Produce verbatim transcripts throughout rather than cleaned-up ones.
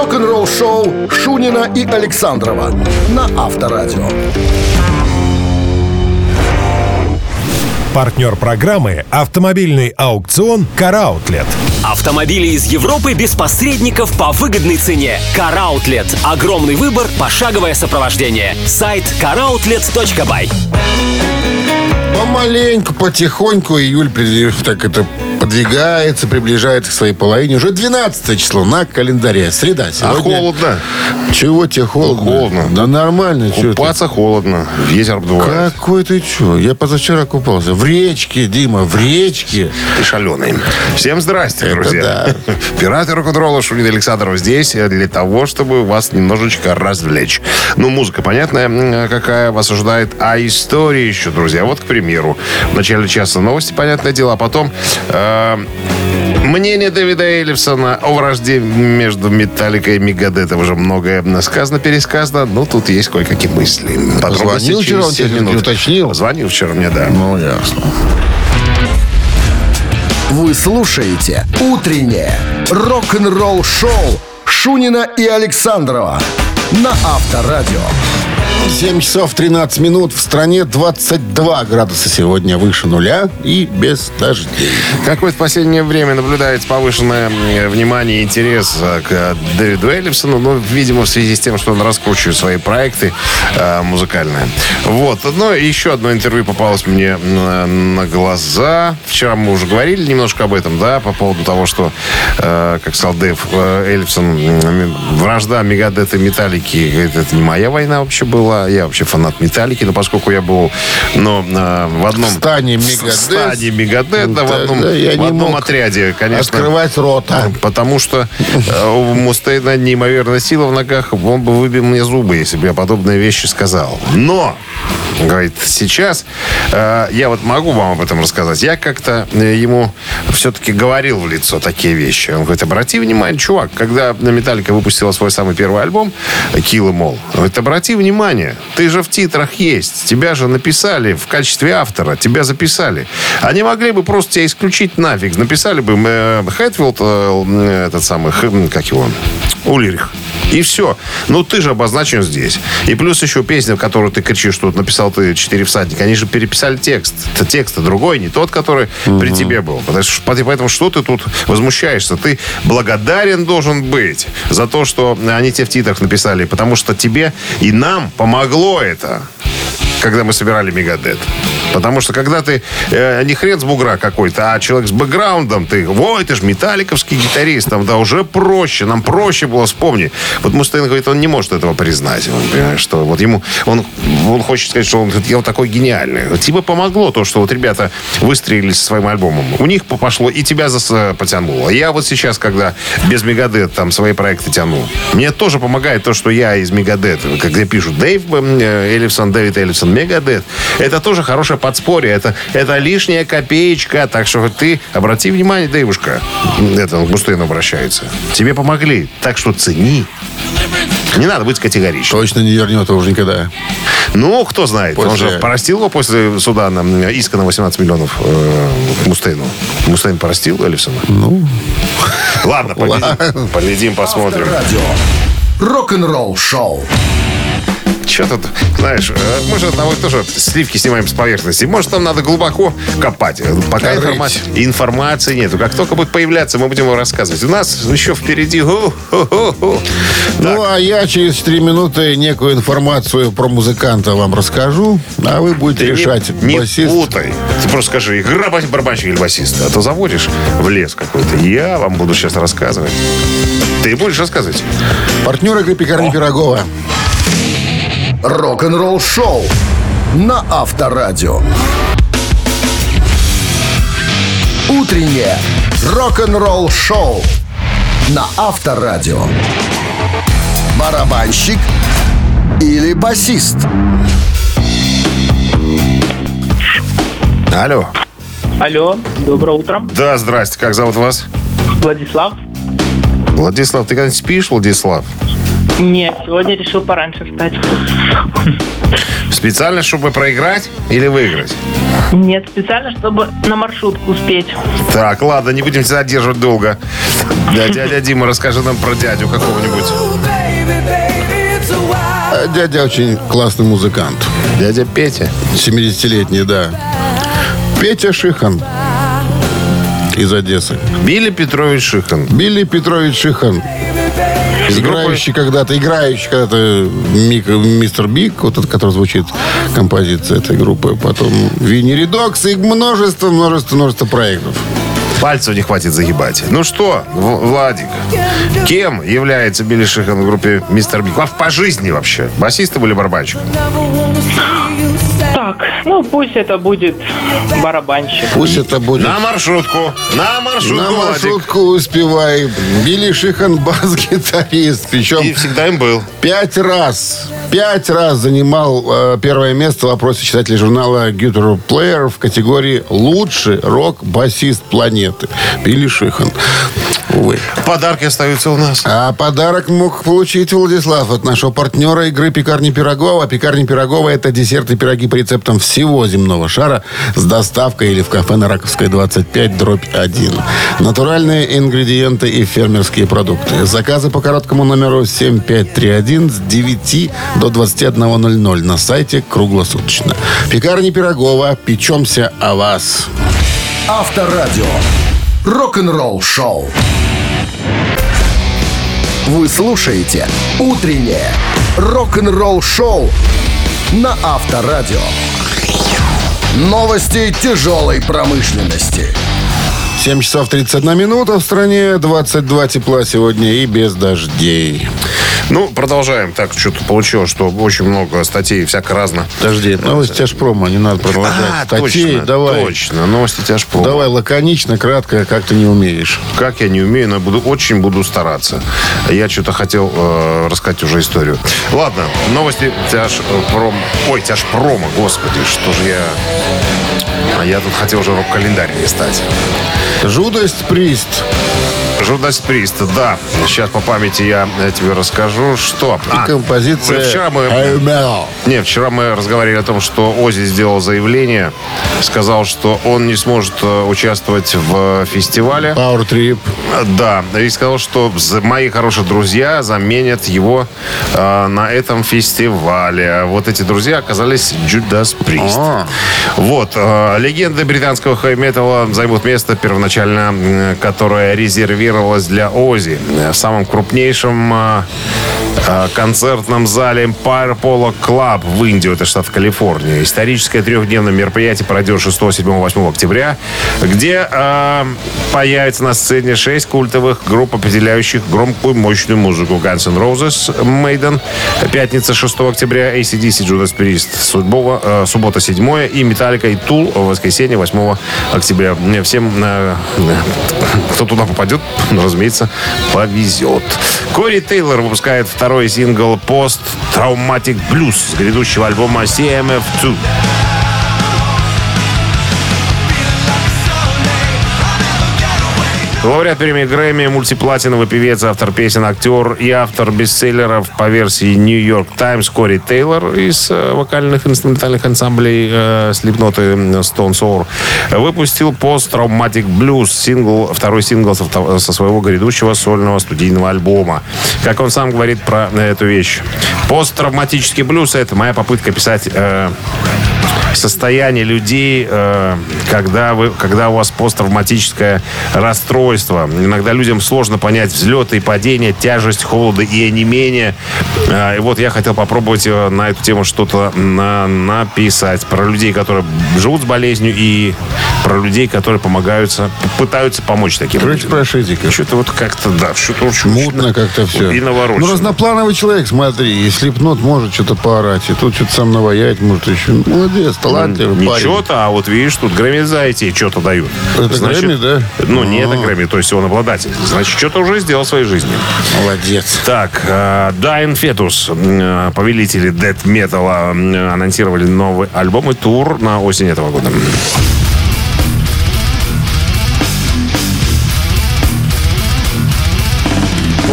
Рок-н-ролл-шоу Шунина и Александрова на Авторадио. Партнер программы — автомобильный аукцион «Car-Outlet». Автомобили из Европы без посредников по выгодной цене. Car-Outlet. Огромный выбор, пошаговое сопровождение. Сайт кар аутлет точка бай. Помаленьку, потихоньку июль так это подвигается, приближается к своей половине. Уже двенадцатое число на календаре. Среда сегодня. А холодно? Чего тебе холодно? Холодно. Да нормально. Купаться холодно. Ветер обдувает. Какой ты что? Я позавчера купался. В речке, Дима, в речке. Ты шаленый. Всем здрасте, Это друзья. да. Пираты рок-н-ролла Шунин и Александров здесь для того, чтобы вас немножечко развлечь. Ну, музыка понятная, какая вас ожидает. А истории еще, друзья. Вот, к примеру, в начале часа новости, понятное дело, а потом э, мнение Дэвида Эллифсона о вражде между Металликой и Мегадетом. Уже многое сказано, пересказано. Но тут есть кое-какие мысли. Звонил вчера, он тебе не уточнил? Звонил вчера мне, да. Ну, ясно. Вы слушаете «Утреннее рок-н-ролл-шоу» Шунина и Александрова на Авторадио. семь часов тринадцать минут. В стране двадцать два градуса сегодня выше нуля и без дождей. Как в последнее время наблюдается повышенное внимание и интерес к Дэвиду Эллифсону, ну, видимо, в связи с тем, что он раскручивает свои проекты э, музыкальные. Вот. Ну, еще одно интервью попалось мне на, на глаза. Вчера мы уже говорили немножко об этом, да, по поводу того, что, э, как сказал Дэйв э, Эллифсон, вражда Мегадета и Металлики, говорит, это не моя война вообще была. Я вообще фанат Металлики, но поскольку я был ну, в одном... В стане Мегадет. В стане Мегадет, да, в одном, да, в одном отряде, конечно. Открывать рота. Потому что у Мустейна неимоверная сила в ногах, он бы выбил мне зубы, если бы я подобные вещи сказал. Но, говорит, сейчас э, я вот могу вам об этом рассказать. Я как-то ему все-таки говорил в лицо такие вещи. Он говорит, обрати внимание, чувак, когда Металлика выпустила свой самый первый альбом Kill Em All, говорит, обрати внимание, ты же в титрах есть. Тебя же написали в качестве автора. Тебя записали. Они могли бы просто тебя исключить нафиг. Написали бы э, Хэтфилд, э, этот самый, э, как его, Ульрих. И все. Ну, ты же обозначен здесь. И плюс еще песня, в которую ты кричишь, что написал ты «Четыре всадника». Они же переписали текст. Это текст другой, не тот, который угу. при тебе был. Поэтому что ты тут возмущаешься? Ты благодарен должен быть за то, что они тебе в титрах написали. Потому что тебе и нам помогло это, когда мы собирали Мегадет. Потому что когда ты э, не хрен с бугра какой-то, а человек с бэкграундом, ты, ой, ты же металликовский гитарист, там, да, уже проще, нам проще было, вспомни. Вот Мустейн говорит, он не может этого признать. Он, понимаешь, что вот ему, он, он хочет сказать, что он, я вот такой гениальный. Вот тебе помогло то, что вот ребята выстрелили со своим альбомом. У них пошло, и тебя зас, потянуло. Я вот сейчас, когда без Мегадет там свои проекты тяну, мне тоже помогает то, что я из Мегадет, когда пишут Дэйв Эллифсон, Дэвид Эллифсон, Мегадет, это тоже хорошая подспорье. Это, это лишняя копеечка. Так что ты обрати внимание, Дэйвушка. Это он к Мустейну обращается. Тебе помогли. Так что цени. Не надо быть категоричным. Точно не вернет его уже никогда. Ну, кто знает. После... Он же простил его после суда на иска на восемнадцать миллионов э, Мустейну. Мустейн простил Эллифсона? Ну. Ладно, поглядим, поглядим, посмотрим. Авторадио. Рок-н-ролл шоу. Что тут, знаешь, мы же там тоже сливки снимаем с поверхности. Может, там надо глубоко копать. Пока информации, информации нету. Как только будет появляться, мы будем его рассказывать. У нас еще впереди... Ну, а я через четыре минуты некую информацию про музыканта вам расскажу, а вы будете Ты решать, не, басист. Не путай. Ты просто скажи, игра барабанщик или басист. А то заводишь в лес какой-то. Я вам буду сейчас рассказывать. Ты будешь рассказывать? Партнер игры «Пекарня Пирогова». Рок-н-ролл шоу на Авторадио. Утреннее рок-н-ролл шоу на Авторадио. Барабанщик или басист? Алло. Алло, доброе утро. Да, здрасте. Как зовут вас? Владислав. Владислав, ты когда-нибудь спишь, Владислав? Нет, сегодня решил пораньше встать. Специально, чтобы проиграть или выиграть? Нет, специально, чтобы на маршрутку успеть. Так, ладно, не будем тебя задерживать долго. Да, дядя Дима, расскажи нам про дядю какого-нибудь. А дядя очень классный музыкант. Дядя Петя. семидесятилетний, да. Петя Шихан из Одессы. Билли Петрович Шихан. Билли Петрович Шихан. Из Играющий когда-то, играющий когда-то Мик- Мистер Биг, вот этот, который звучит композиция этой группы. Потом Винни Редокс и множество, множество, множество проектов. Пальцев не хватит загибать. Ну что, В- Владик, кем является Билли Шихан в группе Мистер Биг? По жизни вообще. Басистом или барабанщиком? Так, ну пусть это будет барабанщик. Пусть это будет... На маршрутку. На маршрутку, На Владик. маршрутку успевай. Билли Шихан бас-гитарист. Причем И всегда им был. пять раз, пять раз занимал э, первое место в опросе читателей журнала Guitar Player в категории «Лучший рок-басист планеты». Билли Шихан. Увы. Подарки остаются у нас. А подарок мог получить Владислав от нашего партнера игры «Пекарни Пирогова». «Пекарни Пирогова» — это десерты и пироги по рецептам всего земного шара с доставкой или в кафе на Раковской, двадцать пять, дробь один. Натуральные ингредиенты и фермерские продукты. Заказы по короткому номеру семь пять три один с девяти до двадцати одного ноль ноль на сайте круглосуточно. «Пекарни Пирогова». Печемся о вас. Авторадио. Рок-н-ролл шоу. Вы слушаете «Утреннее рок-н-ролл шоу» на Авторадио. Новости тяжелой промышленности. семь часов тридцать одна минута в стране, двадцать два тепла сегодня и без дождей. Ну, продолжаем. Так, что-то получилось, что очень много статей, всяко разно. Подожди, новости тяжпрома, не надо продолжать. А, Статей, точно, давай. точно. Новости тяжпрома. Давай лаконично, кратко, как ты не умеешь. Как я не умею, но буду, очень буду стараться. Я что-то хотел э, рассказать уже историю. Ладно, новости тяжпром... Ой, тяжпрома, господи, что же я... А я тут хотел уже рок-календарь листать. Жудость Прист. Жудость Прист, да. Сейчас по памяти я тебе расскажу, что... И А, композиция вчера мы... I Know. Не, вчера мы разговаривали о том, что Оззи сделал заявление, сказал, что он не сможет э, участвовать в фестивале. Power Trip. Да, и сказал, что за- мои хорошие друзья заменят его э, на этом фестивале. Вот эти друзья оказались Judas Priest. А. Вот, э, легенды британского хэви-металла займут место первоначально, э, которое резервировалось для Оззи в самом крупнейшем э, э, концертном зале Empire Polo Club в Индии, это штат Калифорния. Историческое трехдневное мероприятие пройдет шестого, седьмого, восьмого октября, где э, появится на сцене шесть культовых групп, определяющих громкую, мощную музыку. Guns N' Roses, Maiden, пятница, шестого октября, эй си/ди си, Judas Priest, суббота, э, суббота, седьмое, и Metallica и Tool в воскресенье, восьмого октября. Мне всем, э, кто туда попадет, разумеется, повезет. Кори Тейлор выпускает второй сингл «Post Traumatic Blues» с грядущего альбома си эм эф два. Лауреат премии Грэмми, мультиплатиновый певец, автор песен, актер и автор бестселлеров по версии New York Times Кори Тейлор из э, вокальных инструментальных ансамблей э, Slipknot и Stone Sour выпустил Post Traumatic Blues, сингл, второй сингл со, со своего грядущего сольного студийного альбома. Как он сам говорит про эту вещь. Посттравматический блюз — это моя попытка писать э, состояние людей, э, когда, вы, когда у вас посттравматическое расстройство. Иногда людям сложно понять взлеты и падения, тяжесть, холода и онемение. Э, и вот я хотел попробовать э, на эту тему что-то на, написать. Про людей, которые живут с болезнью, и про людей, которые помогаются, пытаются помочь таким Короче, людям. про шизика. Что-то вот как-то, да, что-то очень Мутно как-то все. И наворочено. Ну, разноплановый человек, смотри. И Слипнот может что-то поорать, и тут что-то сам наваять может еще. Молодец, талантливый Не парень. что-то, а вот видишь, тут Грэмми за эти что-то дают. Это Грэмми, да? Ну, не А. это Грэмми, то есть он обладатель. Значит, что-то уже сделал в своей жизни. Молодец. Так, э, Dying Fetus, э, повелители дэт-металла, э, анонсировали новый альбом и тур на осень этого года.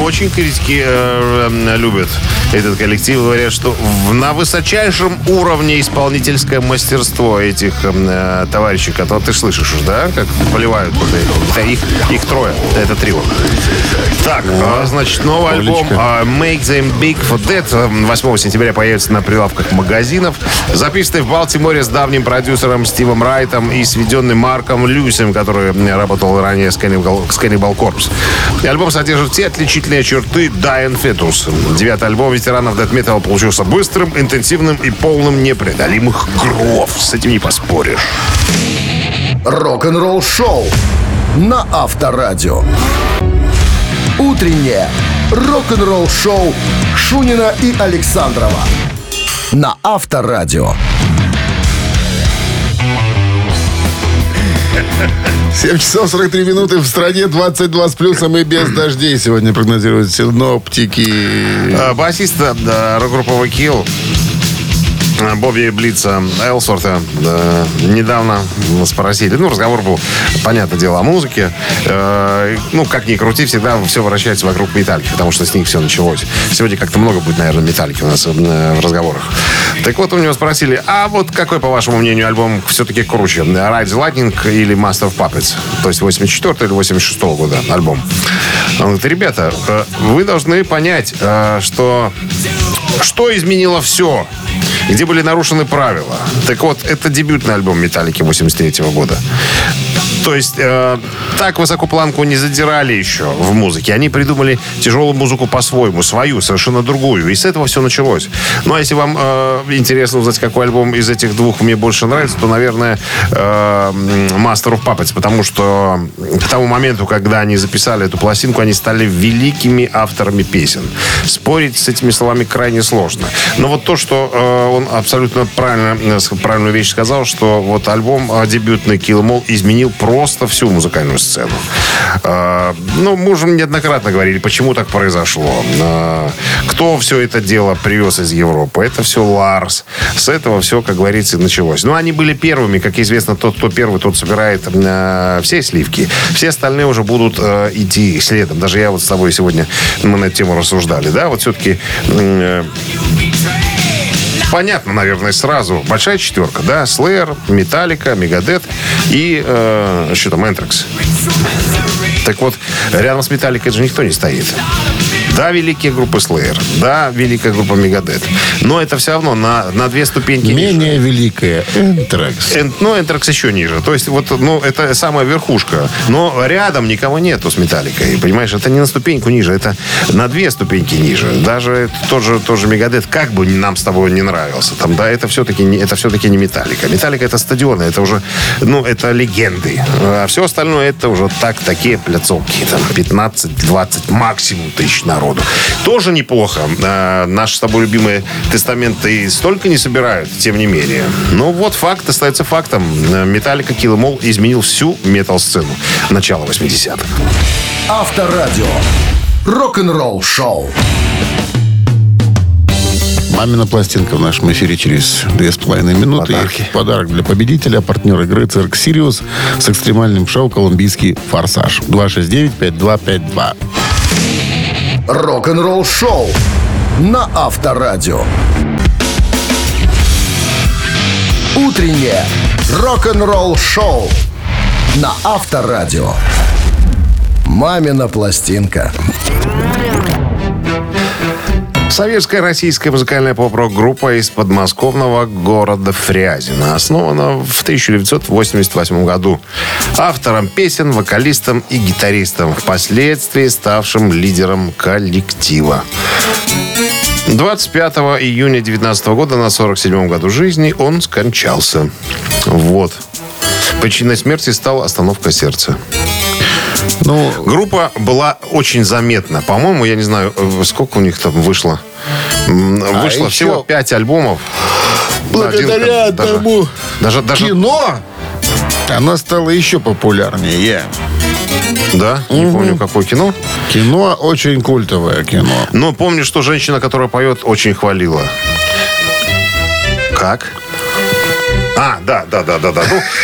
очень критики э, любят этот коллектив. Говорят, что в, на высочайшем уровне исполнительское мастерство этих э, товарищей, которые ты слышишь уже, да, как поливают. Это их, их трое, это трио. Так, а, значит, новый альбом uh, Make Them Big for That восьмого сентября появится на прилавках магазинов. Записанный в Балтиморе с давним продюсером Стивом Райтом и сведенный Марком Льюисом, который работал ранее с Cannibal, с Cannibal Corpse. И альбом содержит все отличительные черты Dying Fetus. Девятый альбом ветеранов Death Metal получился быстрым, интенсивным и полным непреодолимых грувов. С этим не поспоришь. Рок-н-ролл шоу на Авторадио. Утреннее рок-н-ролл шоу Шунина и Александрова на Авторадио. семь часов сорок три минуты. В стране двадцать два с плюсом и без дождей. Сегодня прогнозируют синоптики. А, басиста да, рок-группы Kill Бобби Блица Элсворта э, недавно спросили. Ну, разговор был, понятное дело, о музыке. Э, ну, как ни крути, всегда все вращается вокруг Металлики, потому что с них все началось. Сегодня как-то много будет, наверное, Металлики у нас э, в разговорах. Так вот, у него спросили, а вот какой, по вашему мнению, альбом все-таки круче? Ride the Lightning или Master of Puppets? То есть восемьдесят четвёртого или восемьдесят шестого года альбом. Он говорит, ребята, э, вы должны понять, э, что... Что изменило все? Где были нарушены правила? Так вот, это дебютный альбом Металлики восемьдесят третьего года. То есть, э, так высоко планку не задирали еще в музыке. Они придумали тяжелую музыку по-своему, свою, совершенно другую. И с этого все началось. Ну, а если вам э, интересно узнать, какой альбом из этих двух мне больше нравится, то, наверное, э, Master of Puppets. Потому что к тому моменту, когда они записали эту пластинку, они стали великими авторами песен. Спорить с этими словами крайне сложно. Но вот то, что э, он абсолютно правильно, правильную вещь сказал, что вот альбом э, дебютный Kill 'Em All изменил просто всю музыкальную сцену. Э, ну, мы уже неоднократно говорили, почему так произошло. Э, кто все это дело привез из Европы? Это все Ларс. С этого все, как говорится, началось. Но они были первыми. Как известно, тот, кто первый, тот собирает э, все сливки. Все остальные уже будут э, идти следом. Даже я вот с тобой сегодня, мы на эту тему рассуждали. Да, вот все-таки... Э, понятно, наверное, сразу. Большая четверка, да? Slayer, Metallica, Megadeth и э, что там, Anthrax. Так вот, рядом с Metallica же никто не стоит. Да, великие группы Slayer, да, великая группа Megadeth. Но это все равно на, на две ступеньки Менее ниже. великая Anthrax. Эн, ну, Anthrax еще ниже. То есть, вот, ну, это самая верхушка. Но рядом никого нету с Металликой. Понимаешь, это не на ступеньку ниже, это на две ступеньки ниже. Даже тот же, тот же Megadeth, как бы нам с тобой не нравился, там, да, это все-таки, это все-таки не Металлика. Металлика — это стадионы, это уже, ну, это легенды. А все остальное — это уже так, такие пляцовки. Там пятнадцать-двадцать максимум тысяч народу. Тоже неплохо. А, наши с тобой любимые тестаменты столько не собирают, тем не менее. Но вот факт остается фактом. Металлика Kill 'Em All изменил всю метал-сцену начала восьмидесятых. Авторадио. Рок-н-ролл шоу. Мамина пластинка в нашем эфире через две с половиной минуты. Подарки. Подарок для победителя. Партнер игры «Цирк Сириус» с экстремальным шоу «Колумбийский форсаж». два шесть девять пять два пять два. Рок-н-ролл шоу на Авторадио. Утреннее рок-н-ролл шоу на Авторадио. Мамина пластинка. Советская российская музыкальная поп-рок-группа из подмосковного города Фрязино. Основана в тысяча девятьсот восемьдесят восьмом году. Автором песен, вокалистом и гитаристом, впоследствии ставшим лидером коллектива. двадцать пятого июня девятнадцатого года, на сорок седьмом году жизни, он скончался. Вот. Причиной смерти стала остановка сердца. Ну, Группа была очень заметна. По-моему, я не знаю, сколько у них там вышло. Вышло а всего еще... пять альбомов. благодаря Один, даже, тому даже, даже, кино она стала еще популярнее. Да? Не помню, какое кино. Кино очень культовое кино. Но помню, что женщина, которая поет, очень хвалила. Как? А, да, да, да, да, да. Ну,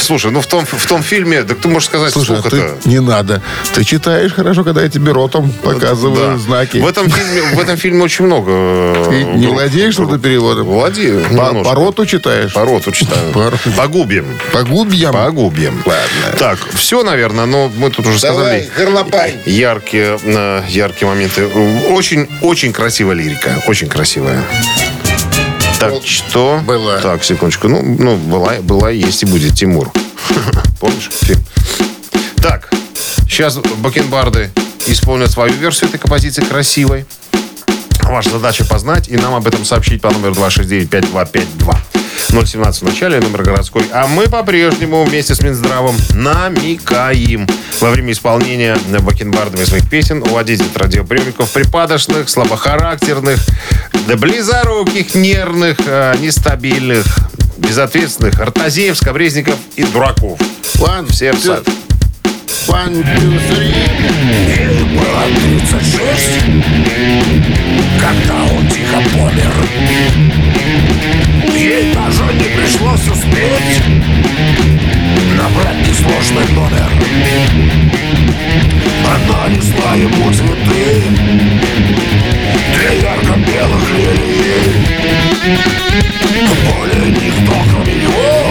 Слушай, ну в том, в том фильме, так ты можешь сказать, Слушай, а вслух ты это... не надо. Ты читаешь хорошо, когда я тебе ротом показываю Да. знаки. В этом фильме, в этом фильме очень много... Ты не владеешь что-то переводом? Владею. По, немножко. по роту читаешь? По роту читаю. По роту. По губьям. По губьям? По губьям. Ладно. Так, все, наверное, но мы тут уже Давай, сказали... горлопай. Яркие, э, яркие моменты. Очень, очень красивая лирика. Очень красивая. Так, что? Была. Так, секундочку. Ну, ну была, была, есть и будет. Тимур. Помнишь фильм? Так, сейчас бакенбарды исполнят свою версию этой композиции красивой. Ваша задача познать и нам об этом сообщить по номеру два шесть девять пять два пять два. ноль семнадцать в начале, номер городской. А мы по-прежнему вместе с Минздравом намекаем. Во время исполнения бакенбардами своих песен уводить от радиоприемников припадочных, слабохарактерных, да близоруких, нервных, нестабильных, безответственных, артазеев, скабрезников и дураков. One, Все в two, сад. one, two, three. Было тридцать шесть, когда он тихо помер. Ей даже не пришлось успеть набрать несложный номер. Она несла ему цветы, две ярко-белых лилии. Более никто, кроме него,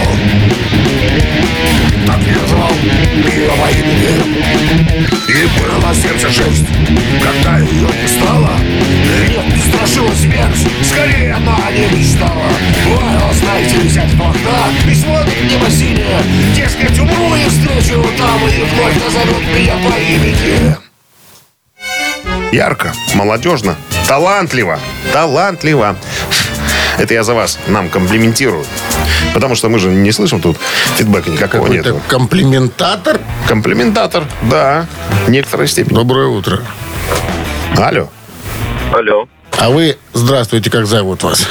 так не звал ее во имени. И было семьдесят шесть, когда ее не стало. Нет, не страшила смерть, скорее она не мечтала. Ой, знаете, взять в окна и смотрит небо синее. Дескать, умру и встречу там, и вновь назовут меня по имени. Ярко, молодежно, талантливо, талантливо. Это я за вас, нам комплиментирую. Потому что мы же не слышим тут фидбэка никакого Какой-то нету. комплиментатор. Комплиментатор, да, в некоторой степени. Доброе утро. Алло. Алло. А вы, здравствуйте, как зовут вас?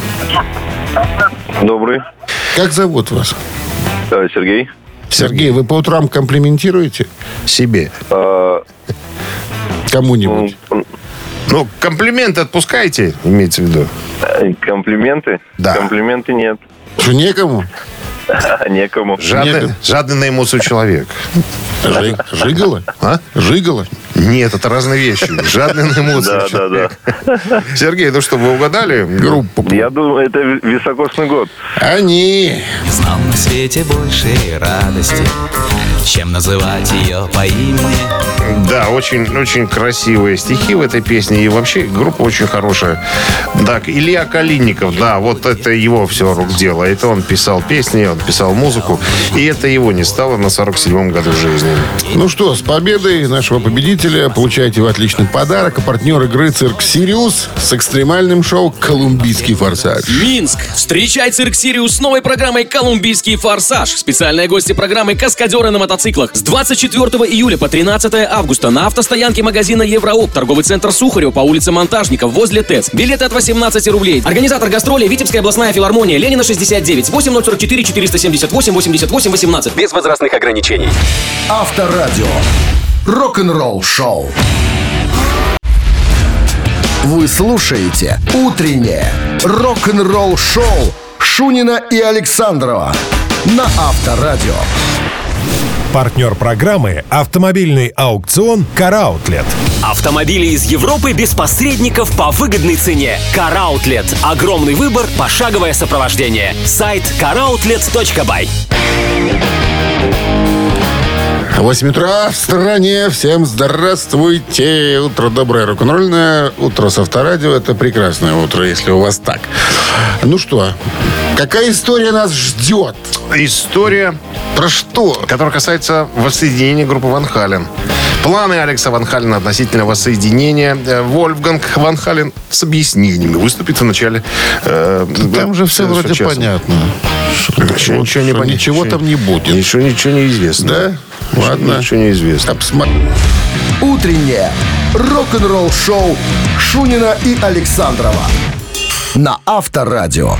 Добрый. Как зовут вас? Э, Сергей. Сергей, вы по утрам комплиментируете Себе. Э, кому-нибудь? м, Ну, комплименты отпускайте, имеется в виду. э, комплименты? Да. Комплименты нет. Что, некому? Некому. Жадный, Нет. жадный на эмоцию человек. Жи- Жигало? А? Жигало? Нет, это разные вещи. Жадный на эмоции Да, да, человек. Сергей, ну что, вы угадали? Группу. Я думаю, это високосный год. Они. Знал на свете больше радости, чем называть ее по имени. Да, очень, очень красивые стихи в этой песне. И вообще группа очень хорошая. Так, Илья Калинников, да, вот это его все рук дело. Это он писал песни, он писал музыку. И это его не стало на сорок седьмом году жизни. Ну что, с победой нашего победителя получаете вы отличный подарок. А партнер игры «Цирк Сириус» с экстремальным шоу «Колумбийский форсаж». Минск. Встречай «Цирк Сириус» с новой программой «Колумбийский форсаж». Специальные гости программы «Каскадеры на мотоциклах». С двадцать четвёртого июля по тринадцатое августа на автостоянке магазина «Еврооп», торговый центр Сухарева по улице Монтажников возле ТЭЦ. Билеты от восемнадцати рублей. Организатор гастролей Витебская областная филармония, Ленина шестьдесят девять, восемь ноль сорок четыре четыреста семьдесят восемь восемьдесят восемь восемнадцать. Без возрастных ограничений. Авторадио. Рок-н-ролл шоу. Вы слушаете «Утреннее рок-н-ролл шоу» Шунина и Александрова на Авторадио. Партнер программы «Автомобильный аукцион «Караутлет». Автомобили из Европы без посредников по выгодной цене. Караутлет. Огромный выбор, пошаговое сопровождение. Сайт караутлет точка бай. восемь утра в стране. Всем здравствуйте. Утро доброе, рок-н-ролльное. Утро с Авторадио. Это прекрасное утро, если у вас так. Ну что, какая история нас ждет? История, Про что? которая касается воссоединения группы Ван Хален. Планы Алекса Ван Халена относительно воссоединения. Э, Вольфганг Ван Хален с объяснениями выступит в начале э, Там же все следующего вроде часа. понятно. Ничего, ничего не Что понятно. Ничего там не будет. Ничего, ничего не известно. Да? Ничего- Ладно. Ничего не известно. Обсма- Утреннее рок-н-ролл шоу Шунина и Александрова на Авторадио.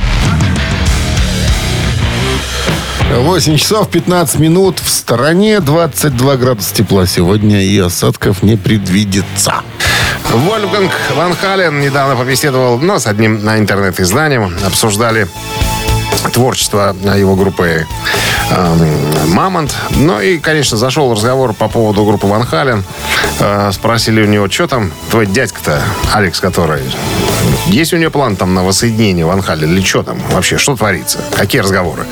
восемь часов пятнадцать минут. В стороне двадцать два градуса тепла сегодня, и осадков не предвидится. Вольфганг Ван Хален недавно побеседовал, ну, с одним интернет-изданием. Обсуждали творчество его группы «Мамонт». Ну и, конечно, зашел разговор по поводу группы Ван Хален. Спросили у него, что там твой дядька-то, Алекс, который... Есть у него план там на воссоединение Ван Хален или что там вообще? Что творится? Какие разговоры?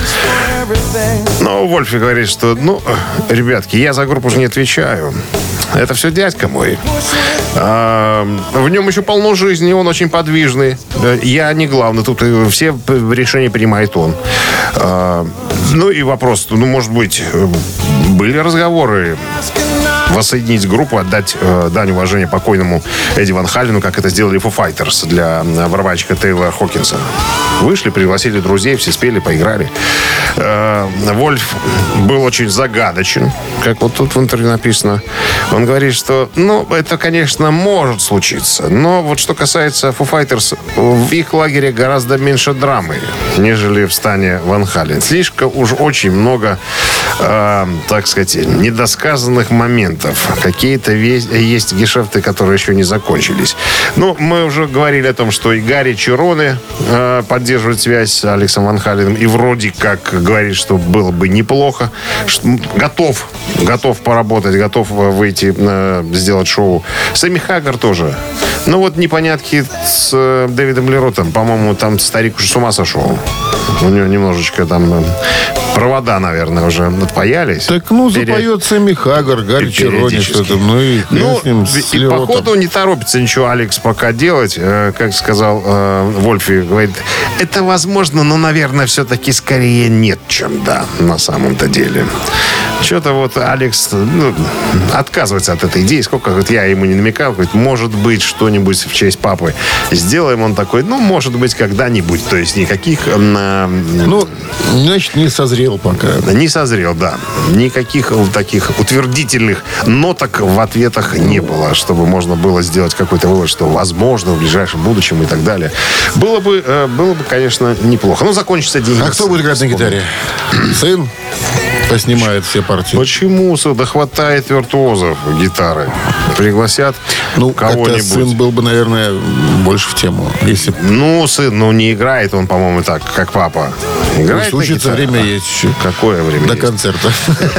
Ну, Вольфи говорит, что, ну, ребятки, я за группу же не отвечаю. Это все дядька мой. А, в нем еще полно жизни, он очень подвижный. Я не главный, тут все решения принимает он. А, ну и вопрос, ну, может быть, были разговоры воссоединить группу, отдать э, дань уважения покойному Эдди Ван Халену, как это сделали Foo Fighters для барабанщика Тейлора Хокинса. Вышли, пригласили друзей, все спели, поиграли. Э, Вольф был очень загадочен, как вот тут в интервью написано. Он говорит, что, ну, это, конечно, может случиться, но вот что касается Foo Fighters, в их лагере гораздо меньше драмы, нежели в стане Ван Хален. Слишком уж очень много, э, так сказать, недосказанных моментов. Какие-то есть гешефты, которые еще не закончились. Ну, мы уже говорили о том, что и Гарри Чироне э, поддерживает связь с Алексом Ван Халеном. И вроде как говорит, что было бы неплохо. Что, готов, готов поработать, готов выйти, э, сделать шоу. Сэмми Хаггар тоже. Ну, вот непонятки с э, Дэвидом Ли Ротом. По-моему, там старик уже с ума сошел. У него немножечко там э, провода, наверное, уже отпаялись. Так, ну, запоет Сэмми Хаггар, Гарри Чироне что-то. Ну, и, ну, с ним, с и походу не торопится ничего Алекс пока делать. Э, как сказал э, Вольфи, говорит, это возможно, но, наверное, все-таки скорее нет, чем да, на самом-то деле. Что-то вот Алекс ну, отказывается от этой идеи. Сколько говорит, я ему не намекал, говорит, может быть, что-нибудь в честь папы сделаем. Он такой, ну, может быть, когда-нибудь. То есть никаких... Э, ну, значит, не созрел пока. Не созрел, да. Никаких таких утвердительных ноток в ответах не было, чтобы можно было сделать какой-то вывод, что возможно в ближайшем будущем и так далее. Было бы, э, было бы, конечно, неплохо. Ну, закончится день. А кто будет играть на гитаре? Сын? Поснимает все партии. Почему? Да хватает виртуозов гитары. Пригласят ну, кого-нибудь. Сын был бы, наверное, больше в тему. Если... Ну, сын, ну не играет он, по-моему, так, как папа. Играет Случится, время есть еще. Какое время До есть? концерта.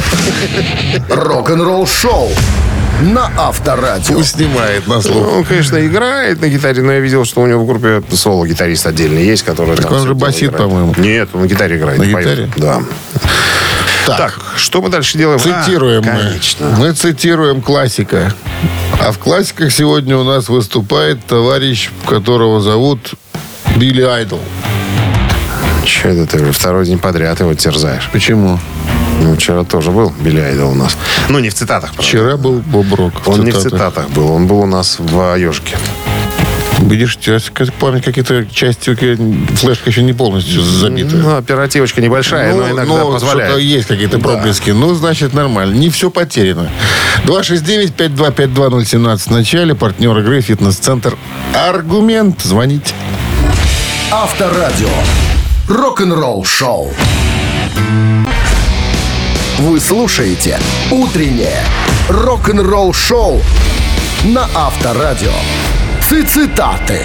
Рок-н-ролл шоу на Авторадио. Пусть снимает на слух. Он, конечно, играет на гитаре, но я видел, что у него в группе соло-гитарист отдельный есть, который... Так он же басит, по-моему. Нет, он на гитаре играет. На поет. гитаре? Да. Так, так, что мы дальше делаем? Цитируем а, мы. Конечно. Мы цитируем классика. А в классиках сегодня у нас выступает товарищ, которого зовут Билли Айдол. Че это ты второй день подряд его терзаешь? Почему? Ну, вчера тоже был Билли Айдол у нас. Ну, не в цитатах, правда. Вчера был Боб Рок. Он цитатах. не в цитатах был, он был у нас в «Ежике». Видишь, у тебя память какие-то части, флешка еще не полностью забита. Ну, оперативочка небольшая, ну, но иногда но позволяет. Что-то есть какие-то да. проблески. Ну, значит, нормально. Не все потеряно. два шесть девять пять два пять два ноль семнадцать в начале. Партнер игры «Фитнес-центр Аргумент». Звоните. Авторадио. Рок-н-ролл шоу. Вы слушаете «Утреннее рок-н-ролл шоу» на Авторадио. Цитаты.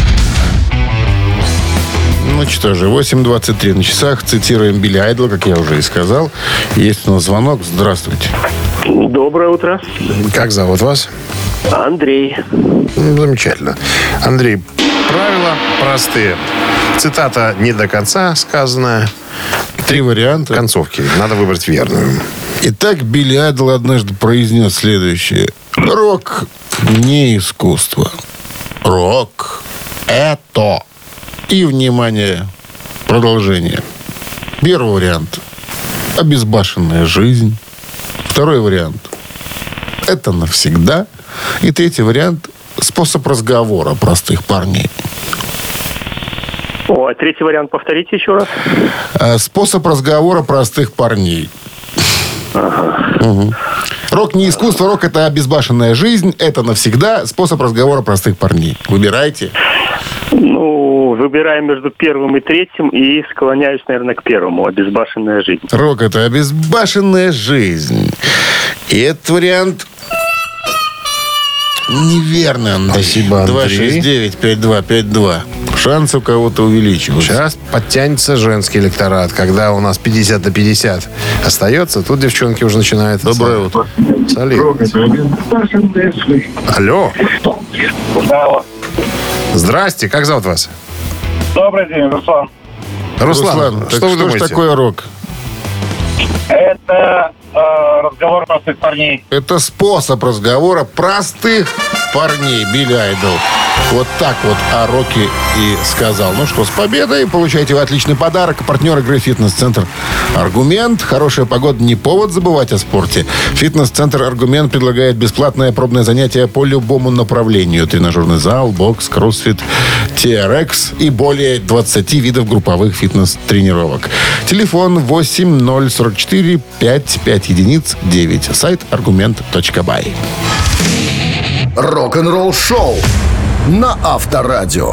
Ну что же, восемь двадцать три на часах. Цитируем Билли Айдла, как я уже и сказал. Есть у нас звонок. Здравствуйте. Доброе утро. Как зовут вас? Андрей. Ну, замечательно. Андрей, правила простые. Цитата не до конца сказанная. Три варианта. Концовки. Надо выбрать верную. Итак, Билли Айдл однажды произнес следующее. Рок не искусство. Рок – это. И, внимание, продолжение. Первый вариант – обезбашенная жизнь. Второй вариант – это навсегда. И третий вариант – способ разговора простых парней. О, а третий вариант повторите еще раз. Способ разговора простых парней. Ага. Угу. Рок не искусство, рок это обезбашенная жизнь, это навсегда способ разговора простых парней. Выбирайте. Ну, выбираем между первым и третьим и склоняюсь, наверное, к первому. Обезбашенная жизнь. Рок это обезбашенная жизнь. И этот вариант Неверно, Андрей. Спасибо, Андрей. два шесть девять пять два пять два. Шанс у кого-то увеличивается. Сейчас подтянется женский электорат. Когда у нас пятьдесят на пятьдесят остается, тут девчонки уже начинают... Доброе утро. Солидность. Алло. Здрасте, как зовут вас? Добрый день, Руслан. Руслан, Руслан, так что вы что думаете? ж такое рок? Это э, разговор простых парней. Это способ разговора простых парней. Билли Айдол. Вот так вот о роке и сказал. Ну что, с победой. Получаете вы отличный подарок. Партнер игры «Фитнес-центр Аргумент». Хорошая погода не повод забывать о спорте. «Фитнес-центр Аргумент» предлагает бесплатное пробное занятие по любому направлению. Тренажерный зал, бокс, кроссфит, ти ар экс и более двадцать видов групповых фитнес-тренировок. Телефон восемь ноль сорок четыре пять пять единиц девять. Сайт аргумент точка бай. Рок-н-ролл шоу на Авторадио.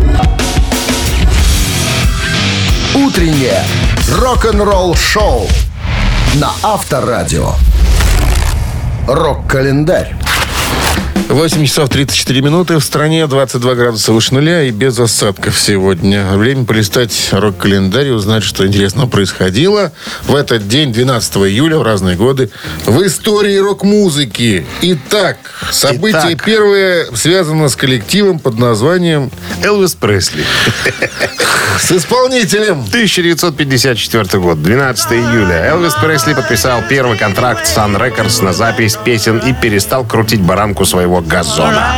Утреннее рок-н-ролл шоу на Авторадио. Рок-календарь. восемь часов тридцать четыре минуты. В стране двадцать два градуса выше нуля и без осадков сегодня. Время полистать рок-календарь и узнать, что интересного происходило в этот день, двенадцатого июля, в разные годы, в истории рок-музыки. Итак, событие Итак. первое связано с коллективом под названием Элвис Пресли. с исполнителем. тысяча девятьсот пятьдесят четвёртый год, двенадцатого июля. Элвис Пресли подписал первый контракт с Sun Records на запись песен и перестал крутить баранку своего газона.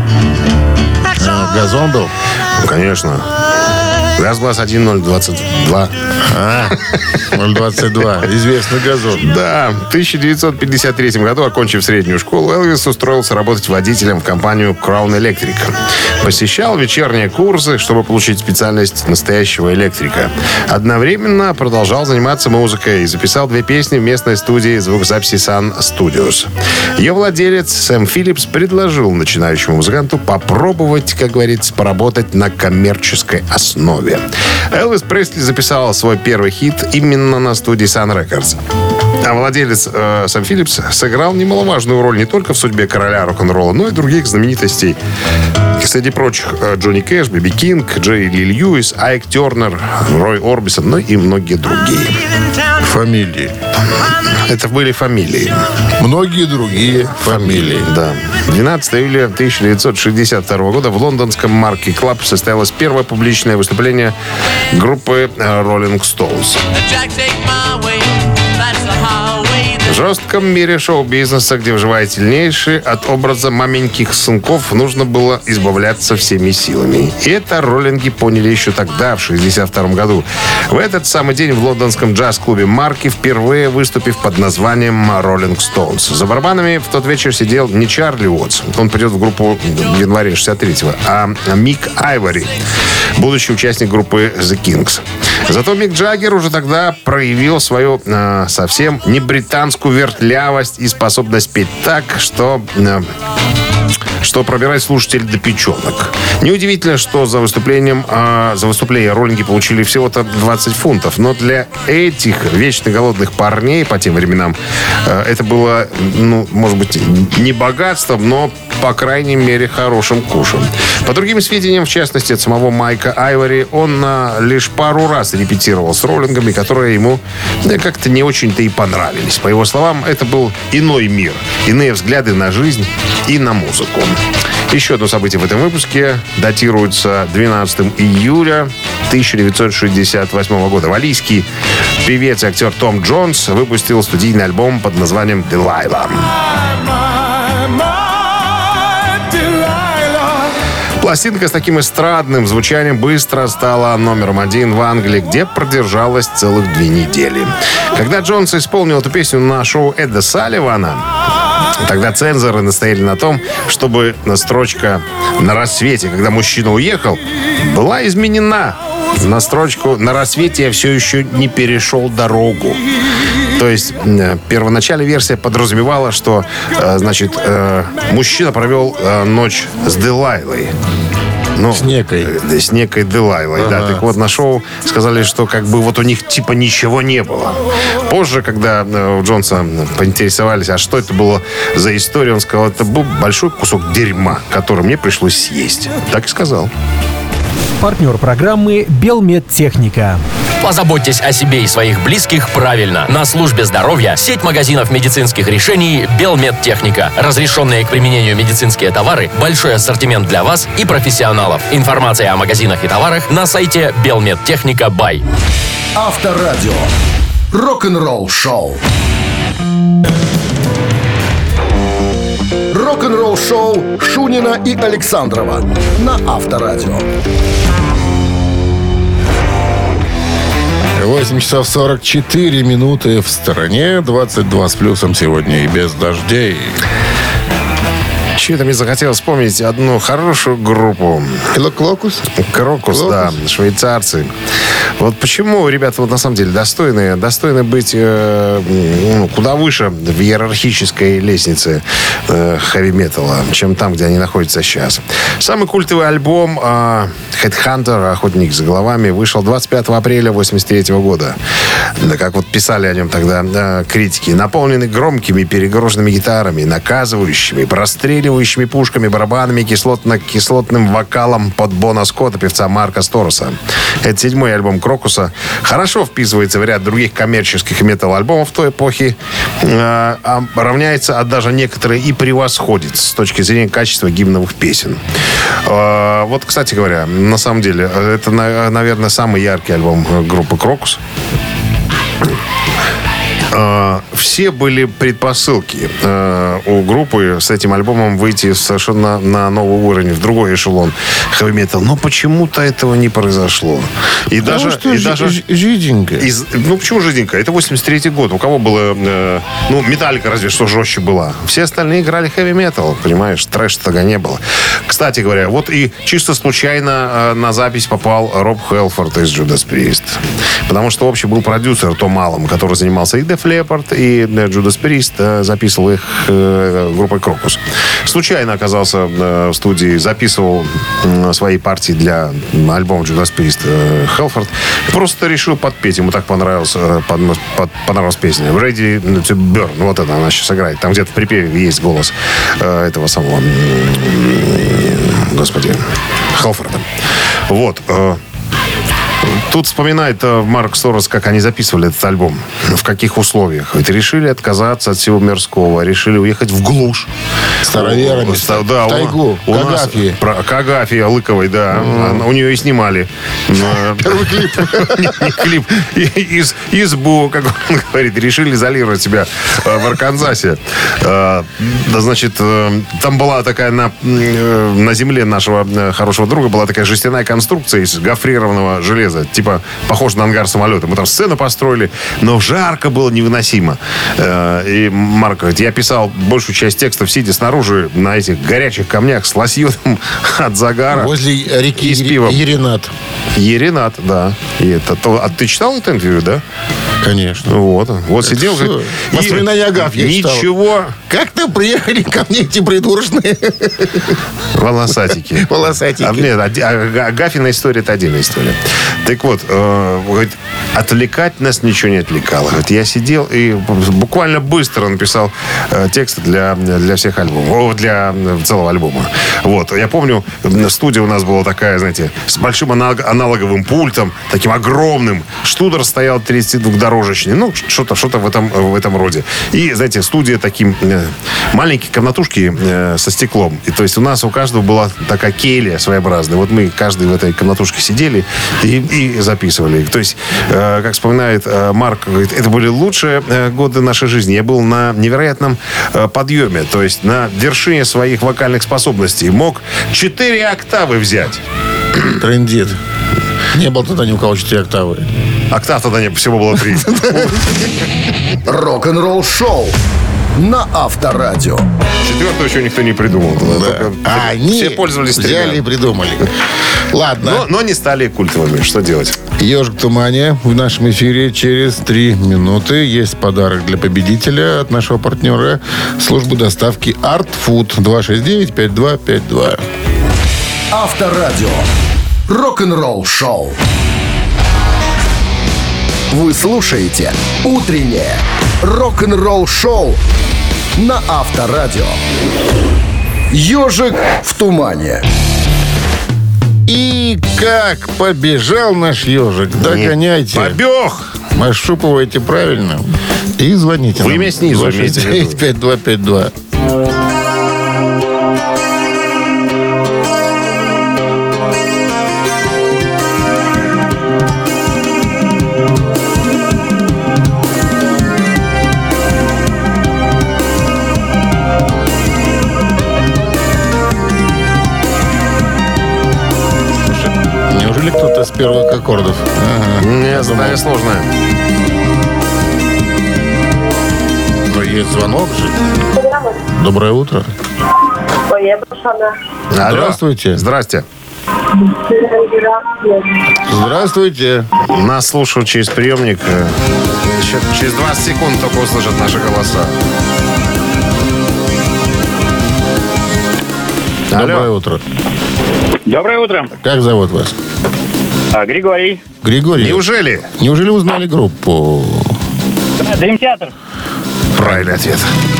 А, газон был? Ну, конечно. ГАЗ-ГЛАЗ один ноль двадцать два. А, ноль двадцать два. Известный газон. Да, в тысяча девятьсот пятьдесят третьем году, окончив среднюю школу, Элвис устроился работать водителем в компанию Crown Electric. Посещал вечерние курсы, чтобы получить специальность настоящего электрика. Одновременно продолжал заниматься музыкой и записал две песни в местной студии звукозаписи Sun Studios. Ее владелец Сэм Филлипс предложил начинающему музыканту попробовать, как говорится, поработать на коммерческой основе. Элвис Пресли записал свой первый хит именно на студии Sun Records. А владелец э, Сэм Филлипс сыграл немаловажную роль не только в судьбе короля рок-н-ролла, но и других знаменитостей. Среди прочих э, Джонни Кэш, Би Би Кинг, Джерри Ли Льюис, Айк Тернер, Рой Орбисон, ну и многие другие. Фамилии. Это были фамилии. Многие другие фамилии. Да. двенадцатого июля тысяча девятьсот шестьдесят второго года в лондонском Марки Клаб состоялось первое публичное выступление группы Rolling Stones. В жестком мире шоу-бизнеса, где выживает сильнейший, от образа маменьких сынков нужно было избавляться всеми силами. И это роллинги поняли еще тогда, в шестьдесят втором году. В этот самый день в лондонском джаз-клубе Марки, впервые выступив под названием Rolling Stones. За барабанами в тот вечер сидел не Чарли Уотс, он придет в группу в январе шестьдесят третьего, а Мик Айвори, будущий участник группы The Kings. Зато Мик Джаггер уже тогда проявил свою э, совсем не британскую вертлявость и способность петь так, что... Э, что пробирает слушателей до печенок. Неудивительно, что за выступлением, э, за выступление роллинги получили всего-то двадцать фунтов. Но для этих вечно голодных парней по тем временам э, это было, ну, может быть, не богатством, но, по крайней мере, хорошим кушем. По другим сведениям, в частности, от самого Майка Айвори, он э, лишь пару раз репетировал с роллингами, которые ему э, как-то не очень-то и понравились. По его словам, это был иной мир, иные взгляды на жизнь и на музыку. Еще одно событие в этом выпуске датируется двенадцатого июля тысяча девятьсот шестьдесят восьмого года. Валийский певец и актер Том Джонс выпустил студийный альбом под названием «Делайла». Пластинка с таким эстрадным звучанием быстро стала номером один в Англии, где продержалась целых две недели. Когда Джонс исполнил эту песню на шоу Эда Салливана, тогда цензоры настояли на том, чтобы строчка «На рассвете», когда мужчина уехал, была изменена на строчку «На рассвете я все еще не перешел дорогу». То есть первоначальная версия подразумевала, что, значит, мужчина провел ночь с Делайлой. Ну, с некой. Да, с некой Делайлой, Ага. да. Так вот, на шоу сказали, что как бы вот у них типа ничего не было. Позже, когда э, у Джонса поинтересовались, а что это было за история, он сказал, это был большой кусок дерьма, который мне пришлось съесть. Так и сказал. Партнер программы «Белмедтехника». Позаботьтесь о себе и своих близких правильно. На службе здоровья сеть магазинов медицинских решений «Белмедтехника». Разрешенные к применению медицинские товары, большой ассортимент для вас и профессионалов. Информация о магазинах и товарах на сайте «Белмедтехника Бай». Авторадио. Рок-н-ролл шоу. Рок-н-ролл шоу Шунина и Александрова на Авторадио. восемь часов сорок четыре минуты в стороне. двадцать два с плюсом сегодня и без дождей. Чего-то мне захотелось вспомнить одну хорошую группу. Клокус? Крокус, да, швейцарцы. Вот почему ребята вот на самом деле достойны, достойны быть э, ну, куда выше в иерархической лестнице э, хэви-металла, чем там, где они находятся сейчас. Самый культовый альбом э, Headhunter, «Охотник за головами», вышел двадцать пятого апреля восемьдесят третьего года. Да, как вот писали о нем тогда э, критики. Наполненный громкими перегруженными гитарами, наказывающими, простреливающими пушками, барабанами, кислотно-кислотным вокалом под Бона Скотта, певца Марка Стороса. Это седьмой альбом Крокуса. Хорошо вписывается в ряд других коммерческих метал-альбомов той эпохи. Э, а равняется, а даже некоторые и превосходит с точки зрения качества гимновых песен. Э, вот, кстати говоря, на самом деле, это, наверное, самый яркий альбом группы Крокус. Uh, все были предпосылки uh, у группы с этим альбомом выйти совершенно на новый уровень, в другой эшелон хэви-метал. Но почему-то этого не произошло. И Потому даже... что и ж- даже ж- жиденько. из, ну, почему жиденько? Это восемьдесят третий год. У кого было... Э, ну, Металлика разве что жестче была. Все остальные играли хэви-метал, понимаешь? Трэш тогда не было. Кстати говоря, вот и чисто случайно э, на запись попал Роб Хелфорд из Judas Priest. Потому что общий был продюсер Том Аллом, который занимался и Def Leppard, и Judas Priest, э, записывал их э, группой Крокус. Случайно оказался э, в студии, записывал э, свои партии для альбома Judas Priest э, Хелфорд. Просто решил подпеть. Ему так понравилась, э, под, под, понравилась песня. Ready to Burn. Вот это она сейчас играет. Там где-то в припеве есть голос э, этого самого, э, господи, Хелфорда. Вот. Э, Тут вспоминает Марк Сторос, как они записывали этот альбом, в каких условиях. Ведь решили отказаться от всего мирского, решили уехать в глушь. Староверами, О, да, в тайгу, у, у нас Кагафии. Про Кагафии Лыковой, да. Mm. У нее и снимали. Первый клип. Не клип. Из, избу, как он говорит, решили изолировать себя в Арканзасе. Значит, там была такая на, на земле нашего хорошего друга была такая жестяная конструкция из гофрированного железа. Типа, похож на ангар самолета. Мы там сцену построили, но жарко было невыносимо. И Марк говорит, я писал большую часть текстов, сидя снаружи на этих горячих камнях с лосьоном от загара. Возле реки и с пивом. Еринат. Еринат, да. И это, то, а ты читал это интервью, да? Конечно. Вот. Вот Это сидел. все. Говорит, Воспоминания Агафьи я читал. Ничего. Как-то приехали ко мне эти придурочные. Волосатики. Волосатики. А, нет, а, Агафьина история — это отдельная история. Так вот, э, говорит, отвлекать нас ничего не отвлекало. Говорит, я сидел и буквально быстро написал э, тексты для, для всех альбомов, для целого альбома. Вот. Я помню, студия у нас была такая, знаете, с большим аналоговым пультом, таким огромным. Штудер стоял тридцатидвухдорожечный. Ну, что-то, что-то в этом, в этом роде. И, знаете, студия таким э, маленькие комнатушки э, со стеклом. И, то есть у нас у каждого была такая келья своеобразная. Вот мы каждый в этой комнатушке сидели и, и записывали. То есть, э, как вспоминает э, Марк, говорит, это были лучшие э, годы нашей жизни. Я был на невероятном э, подъеме. То есть на вершине своих вокальных способностей. Мог четыре октавы взять. Трындит. Не было тогда ни у кого четыре октавы. Октав тогда не, всего было три. Рок-н-ролл шоу на Авторадио. Четвертого еще никто не придумал. Да. А они все пользовались взяли тремя. и придумали. Ладно. Но, но не стали культовыми. Что делать? «Ежик в тумане» в нашем эфире через три минуты. Есть подарок для победителя от нашего партнера службы доставки Art Food. два шесть девять пять два пять два. Авторадио. Рок-н-ролл шоу. Вы слушаете «Утреннее рок-н-ролл шоу» на Авторадио. «Ежик в тумане». И как побежал наш ежик. Догоняйте. Побег! Ощупывайте правильно. И звоните. Вымя снизу имейте в виду. пять два пять два. Неужели кто-то с первых аккордов? Ага. Нет, задание сложное. Но есть звонок же. Доброе утро. Алло. Здравствуйте. Здрасте. Здравствуйте. Нас слушают через приемник. Еще через двадцать секунд только услышат наши голоса. Доброе Алло. утро. Доброе утро. Как зовут вас? А, Григорий. Григорий. Неужели? Неужели узнали группу? Дрим Театр. Правильный ответ.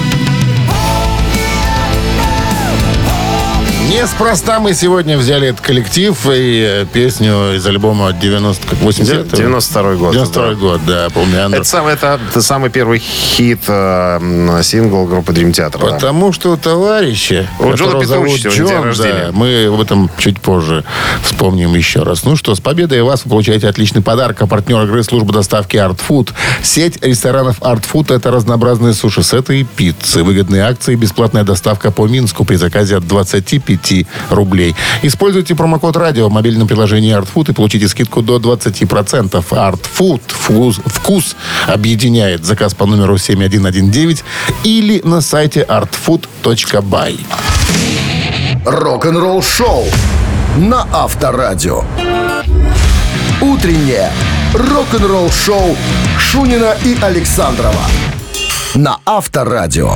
Неспроста мы сегодня взяли этот коллектив и э, песню из альбома девяносто восемьдесят девяносто второй год. девяносто второй да. год, да, помню. Это самый, это, это самый первый хит, э, сингл группы Dream Theater. Да. Потому что товарищи, У Джона которого зовут Петруччи сегодня день Джон, рождения. да, мы об этом чуть позже вспомним еще раз. Ну что, с победой вас вы получаете отличный подарок. А партнер игры — служба доставки Art Food. Сеть ресторанов Art Food — это разнообразные суши-сеты и пиццы. Выгодные акции, бесплатная доставка по Минску при заказе от двадцати пяти рублей. Используйте промокод «Радио» в мобильном приложении Art Food и получите скидку до двадцати процентов. Art Food. Вкус, вкус объединяет. Заказ по номеру семь один один девять или на сайте артфуд точка бай. Рок-н-ролл шоу на Авторадио. Утреннее рок-н-ролл шоу Шунина и Александрова на Авторадио.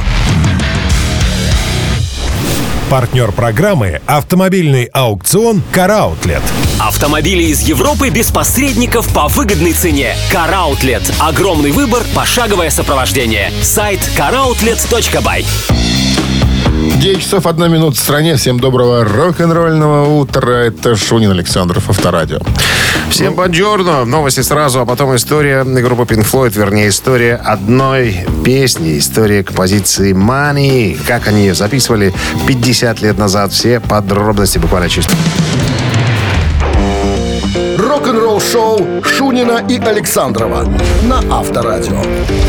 Партнер программы — автомобильный аукцион «Караутлет». Автомобили из Европы без посредников по выгодной цене. Караутлет. Огромный выбор, пошаговое сопровождение. Сайт караутлет точка бай. девять часов одна минута в стране. Всем доброго рок-н-ролльного утра. Это Шунин Александров, Авторадио. Всем бонжорно. Новости сразу, а потом история группы Pink Floyd, вернее, история одной песни, история композиции Money. Как они ее записывали пятьдесят лет назад. Все подробности буквально через... Рок-н-ролл шоу Шунина и Александрова на Авторадио.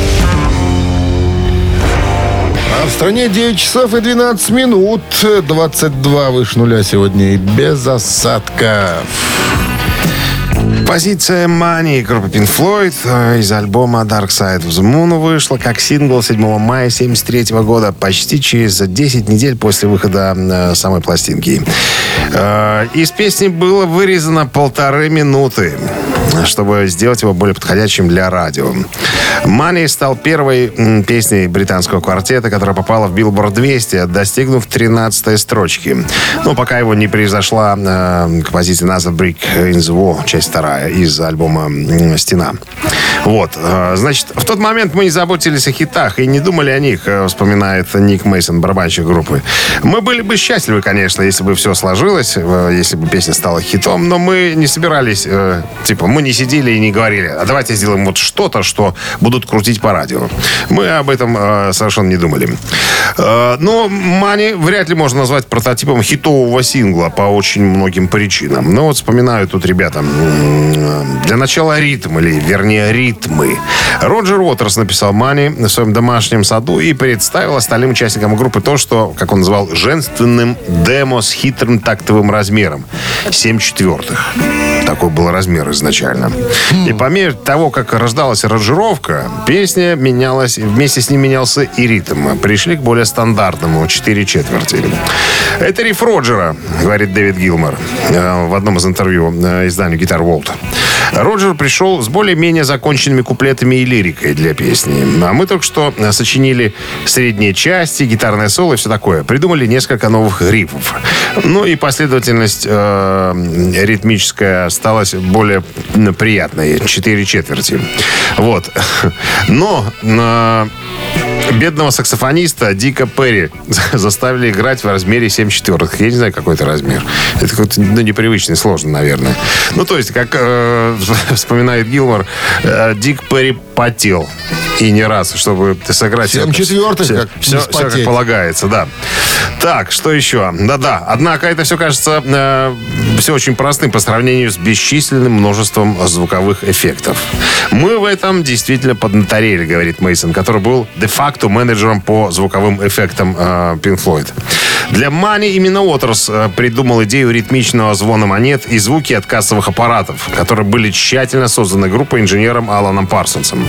А в стране девять часов и двенадцать минут. двадцать два выше нуля сегодня и без осадков. Позиция Money группы Pink Floyd э, из альбома Dark Side of the Moon вышла как сингл седьмого мая семьдесят третьего года, почти через десять недель после выхода э, самой пластинки. Э, из песни было вырезано полторы минуты, чтобы сделать его более подходящим для радио. Money стал первой м, песней британского квартета, которая попала в Billboard двести, достигнув тринадцатой строчки. Но пока его не превзошла э, композиция Another Brick in the Wall, часть вторая из альбома «Стена». Вот. Значит, в тот момент мы не заботились о хитах и не думали о них, вспоминает Ник Мейсон, барабанщик группы. Мы были бы счастливы, конечно, если бы все сложилось, если бы песня стала хитом, но мы не собирались, типа, мы не сидели и не говорили, а давайте сделаем вот что-то, что будут крутить по радио. Мы об этом совершенно не думали. Но Money вряд ли можно назвать прототипом хитового сингла по очень многим причинам. Но вот вспоминаю тут ребята. Для начала ритм, или вернее ритмы. Роджер Уотерс написал Money в своем домашнем саду и представил остальным участникам группы то, что, как он назвал, женственным демо с хитрым тактовым размером. семь четвертых. Такой был размер изначально. И по мере того, как рождалась аранжировка, песня менялась, вместе с ним менялся и ритм. Пришли к более стандартному четыре четверти. Это риф Роджера, говорит Дэвид Гилмор в одном из интервью изданию Guitar World. Роджер пришел с более-менее законченными куплетами и лирикой для песни. А мы только что сочинили средние части, гитарное соло и все такое. Придумали несколько новых рифов. Ну и последовательность э, ритмическая осталась более м, приятной. Четыре четверти. Вот. Но э, бедного саксофониста Дика Перри заставили играть в размере семь четвертых. Я не знаю, какой это размер. Это какой-то ну, непривычный, сложный, наверное. Ну, то есть, как э, вспоминает Гилмор, э, Дик Перри потел. И не раз, чтобы сыграть... семь четвертых, все, как все, все как полагается, да. Так, что еще? Да-да. Однако это все кажется э, все очень простым по сравнению с бесчисленным множеством звуковых эффектов. Мы в этом действительно поднаторели, говорит Мейсон, который был де-факто менеджером по звуковым эффектам э, Pink Floyd. Для Money именно Уотерс э, придумал идею ритмичного звона монет и звуки от кассовых аппаратов, которые были тщательно созданы группой инженером Аланом Парсонсом.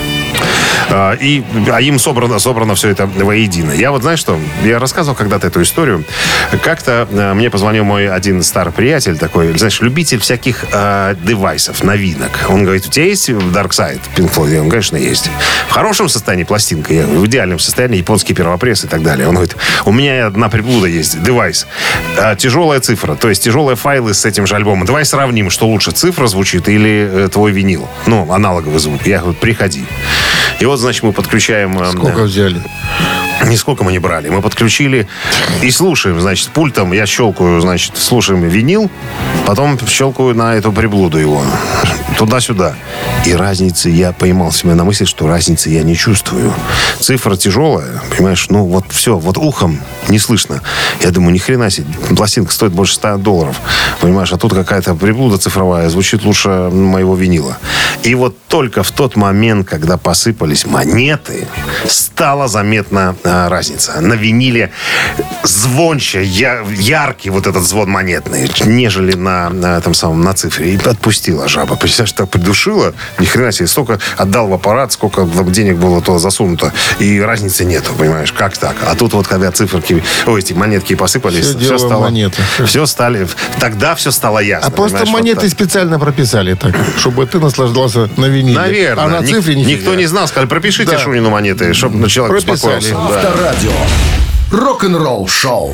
Э, и, а им собрано, собрано все это воедино. Я вот, знаешь что, я рассказывал когда-то эту историю. Как-то э, мне позвонил мой один старый приятель, такой, знаешь, любитель всяких э, девайсов, новинок. Он говорит, у тебя есть Dark Side Pink Floyd? Я говорю, конечно, есть. В хорошем состоянии пластинка, я, в идеальном состоянии, японский первопресс и так далее. Он говорит, у меня одна приблуда есть, девайс. Э, тяжелая цифра, то есть тяжелые файлы с этим же альбомом. Давай сравним, что лучше, цифра звучит или э, твой винил. Ну, аналоговый звук. Я говорю, приходи. И вот, значит, мы подключаем... Э, Сколько взяли? Нисколько мы не брали. Мы подключили и слушаем, значит, пультом я щелкаю, значит, слушаем винил, потом щелкаю на эту приблуду его. Туда-сюда. И разницы я поймал себя на мысли, что разницы я не чувствую. Цифра тяжелая, понимаешь, ну вот все, вот ухом не слышно. Я думаю, ни хрена себе, пластинка стоит больше ста долларов, понимаешь, а тут какая-то приблуда цифровая, звучит лучше моего винила. И вот только в тот момент, когда посыпались монеты, стала заметна а, разница. На виниле звонче, я, яркий вот этот звон монетный, нежели на, на этом самом, на цифре. И отпустила жаба. Представляешь, так придушила, ни хрена себе, столько отдал в аппарат, сколько денег было туда засунуто, и разницы нету, понимаешь, как так? А тут вот, когда циферки, ой, эти монетки посыпались, все, все стало... монеты. Все стали... Тогда все стало ясно. А просто монеты вот специально прописали так, чтобы ты наслаждался на виниле. Наверное. А на цифре Ник- никто не знал, сказали, пропишите да. Шунину монеты, чтобы человек успокоился. Да. Авторадио. Рок-н-ролл шоу.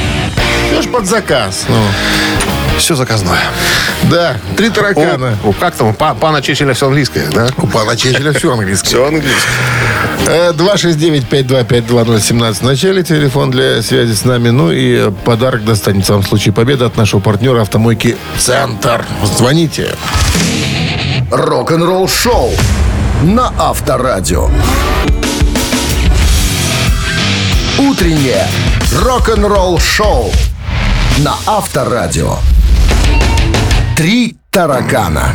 Все ж под заказ. Ну. Все заказное. Да, три таракана. О, о, как там? У пана Чечеля все английское, да? У пана Чечеля все английское. Все английское. два шесть девять пять два пять два ноль семнадцать в начале. Телефон для связи с нами. Ну и подарок достанется вам в случае победы от нашего партнера автомойки «Центр». Звоните. Рок-н-ролл шоу на Авторадио. Утреннее рок-н-ролл шоу на Авторадио. Три таракана.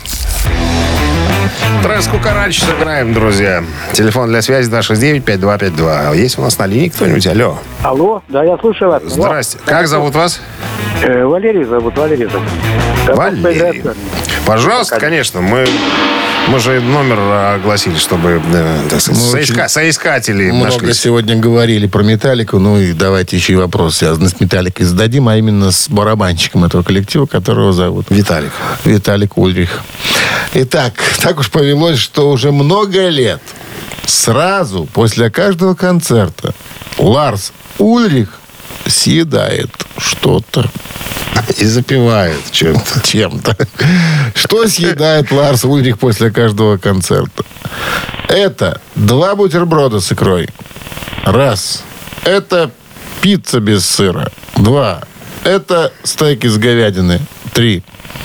Тресс Кукарач сыграем, друзья. Телефон для связи два шесть девять пять два пять два. Есть у нас на линии кто-нибудь? Алло. Алло, да, я слушаю вас. Здрасте. Алло. Как зовут вас? Э, Валерий зовут, Валерий зовут. Валерий. Пожалуйста, конечно. Мы, мы же номер огласили, чтобы да, так сказать, соиска, соискатели много нашлись. Сегодня говорили про «Металлику». Ну и давайте еще и вопрос, связанный с «Металликой», зададим, а именно с барабанщиком этого коллектива, которого зовут Виталик. Виталик Ульрих. Итак, так уж повелось, что уже много лет сразу после каждого концерта Ларс Ульрих съедает что-то. И запивает чем-то. Чем-то. Что съедает Ларс Ульрих после каждого концерта? Это два бутерброда с икрой. Раз. Это пицца без сыра. Два. Это стейки с говядины. Три.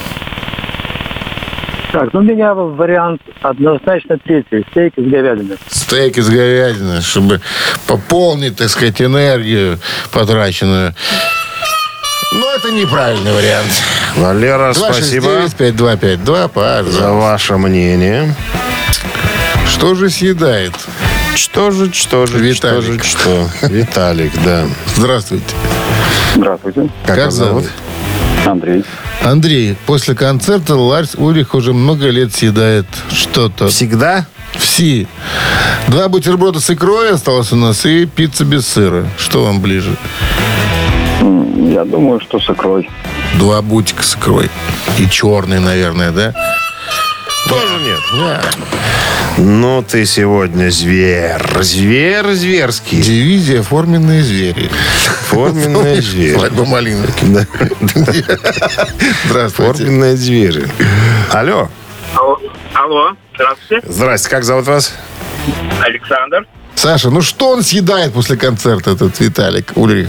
Так, ну у меня вариант однозначно третий. Стейки с говядиной. Стейки с говядиной, чтобы пополнить, так сказать, энергию потраченную. Но это неправильный вариант. Валера, спасибо. два шесть девять пять два пять два, пожалуйста. За ваше мнение. Что же съедает? Что же, что же, Виталик. что же, что? Виталик, да. Здравствуйте. Здравствуйте. Как, как вас зовут? Андрей. Андрей, после концерта Ларс Ульрих уже много лет съедает что-то. Всегда? Все. Два бутерброда с икрой осталось у нас и пицца без сыра. Что вам ближе? Я думаю, что с икрой. Два бутика с икрой. И черный, наверное, да? Тоже нет. Да. Ну, ты сегодня зверь. Зверь зверский. Дивизия «Форменные звери». Форменные звери. Свадьба малины. Здравствуйте. Форменные звери. Алло. Алло. Алло. Здравствуйте. Здрасте. Как зовут вас? Александр. Саша, ну что он съедает после концерта, этот Виталик Ульрих?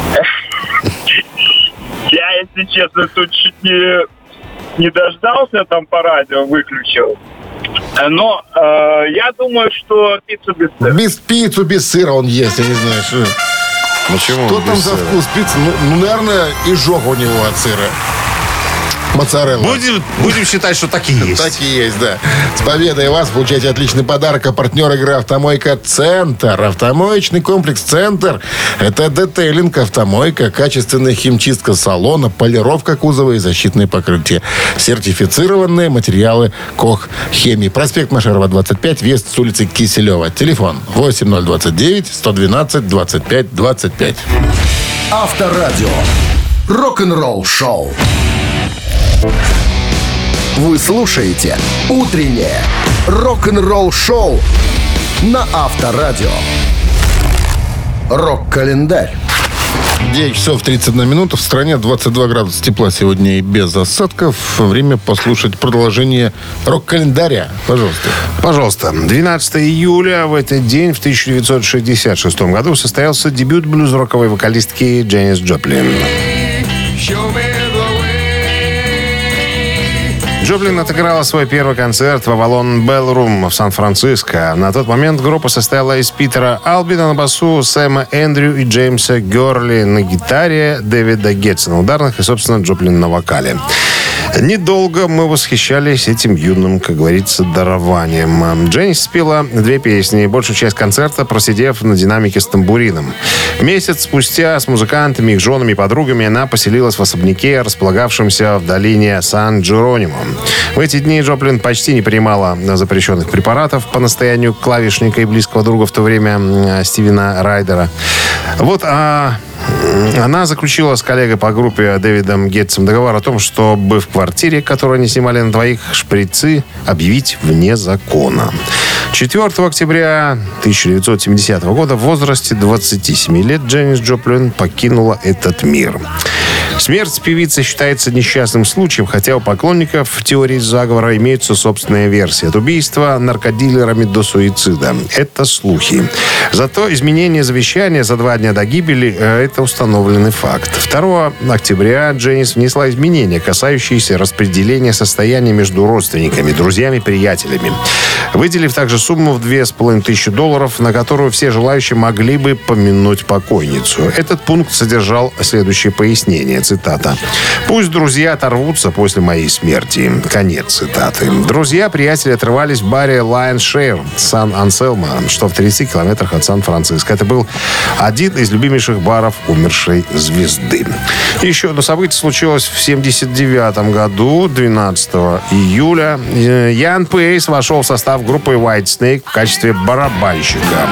Я, если честно, тут чуть не, не дождался, там по радио выключил. Но э, я думаю, что пиццу без сыра. Без пиццу, без сыра он ест, я не знаю, что. Почему? Что там за сыра? вкус пиццы? Ну, ну, наверное, изжога у него от сыра. Моцарелла. Будем, будем считать, что так и есть. Так и есть, да. С победой вас получаете отличный подарок. А партнер игры «Автомойка Центр». Автомоечный комплекс «Центр» — это детейлинг, автомойка, качественная химчистка салона, полировка кузова и защитные покрытия. Сертифицированные материалы «Кох Хемии». Проспект Машерова, двадцать пять, въезд с улицы Киселева. Телефон восемь ноль двадцать девять сто двенадцать двадцать пять двадцать пять. Авторадио. Рок-н-ролл шоу. Вы слушаете «Утреннее рок-н-ролл-шоу» на Авторадио. Рок-календарь. девять часов тридцать одна минута. В стране двадцать два градуса тепла сегодня и без осадков. Время послушать продолжение рок-календаря. Пожалуйста. Пожалуйста. двенадцатого июля в этот день, в тысяча девятьсот шестьдесят шестом году, состоялся дебют блюз-роковой вокалистки Дженнис Джоплин. Джоплин отыграла свой первый концерт в Avalon Ballroom в Сан-Франциско. На тот момент группа состояла из Питера Албина на басу, Сэма Эндрю и Джеймса Герли на гитаре, Дэвида Гетца на ударных и, собственно, Джоплин на вокале. Недолго мы восхищались этим юным, как говорится, дарованием. Дженнис спела две песни, большую часть концерта просидев на динамике с тамбурином. Месяц спустя с музыкантами, их женами и подругами она поселилась в особняке, располагавшемся в долине Сан-Джеронимо. В эти дни Джоплин почти не принимала запрещенных препаратов по настоянию клавишника и близкого друга в то время Стивена Райдера. Вот, а... Она заключила с коллегой по группе Дэвидом Гетцем договор о том, чтобы в квартире, которую они снимали на двоих, шприцы объявить вне закона. четвёртого октября тысяча девятьсот семидесятого года в возрасте двадцати семи лет Дженнис Джоплин покинула этот мир. Смерть певицы считается несчастным случаем, хотя у поклонников теории заговора имеются собственная версия. От убийства наркодилерами до суицида. Это слухи. Зато изменение завещания за два дня до гибели – это установленный факт. второго октября Дженнис внесла изменения, касающиеся распределения состояния между родственниками, друзьями, приятелями. Выделив также сумму в две с половиной тысячи долларов, на которую все желающие могли бы помянуть покойницу. Этот пункт содержал следующее пояснение. Цитата. «Пусть друзья оторвутся после моей смерти». Конец цитаты. Друзья, приятели отрывались в баре Lion Share Сан-Анселмо, что в тридцати километрах от Сан-Франциско. Это был один из любимейших баров умершей звезды. Еще одно событие случилось в семьдесят девятом году, двенадцатого июля. Ян Пейс вошел в состав группы White Snake в качестве барабанщика.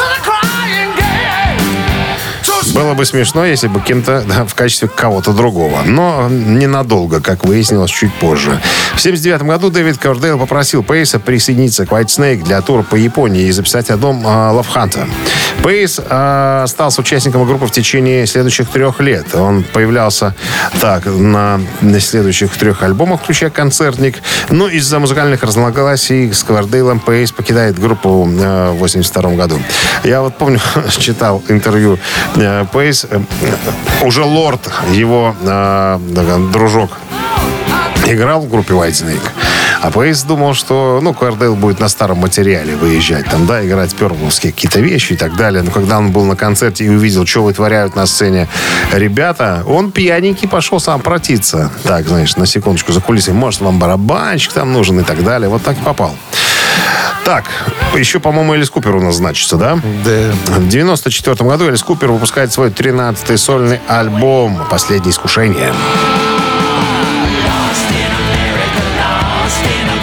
Было бы смешно, если бы кем-то да, в качестве кого-то другого. Но ненадолго, как выяснилось чуть позже. В семьдесят девятом году Дэвид Кордейл попросил Пейса присоединиться к White Snake для тура по Японии и записать альбом Love Hunter. Пейс э, остался участником группы в течение следующих трех лет. Он появлялся так на, на следующих трех альбомах, включая концертник. Но из-за музыкальных разногласий с Кордейлом Пейс покидает группу э, в восемьдесят втором году. Я вот помню, читал интервью э, Пейс, э, уже Лорд, его э, дружок, играл в группе White Snake. А Пейс думал, что, ну, Кордейл будет на старом материале выезжать, там, да, играть пёрбловские какие-то вещи и так далее. Но когда он был на концерте и увидел, что вытворяют на сцене ребята, он пьяненький пошел сам протиться. Так, знаешь, на секундочку за кулисами. Может, вам барабанщик там нужен и так далее. Вот так и попал. Так, еще, по-моему, Элис Купер у нас значится, да? Да. В девяносто четвёртом году Элис Купер выпускает свой тринадцатый сольный альбом «Последнее искушение».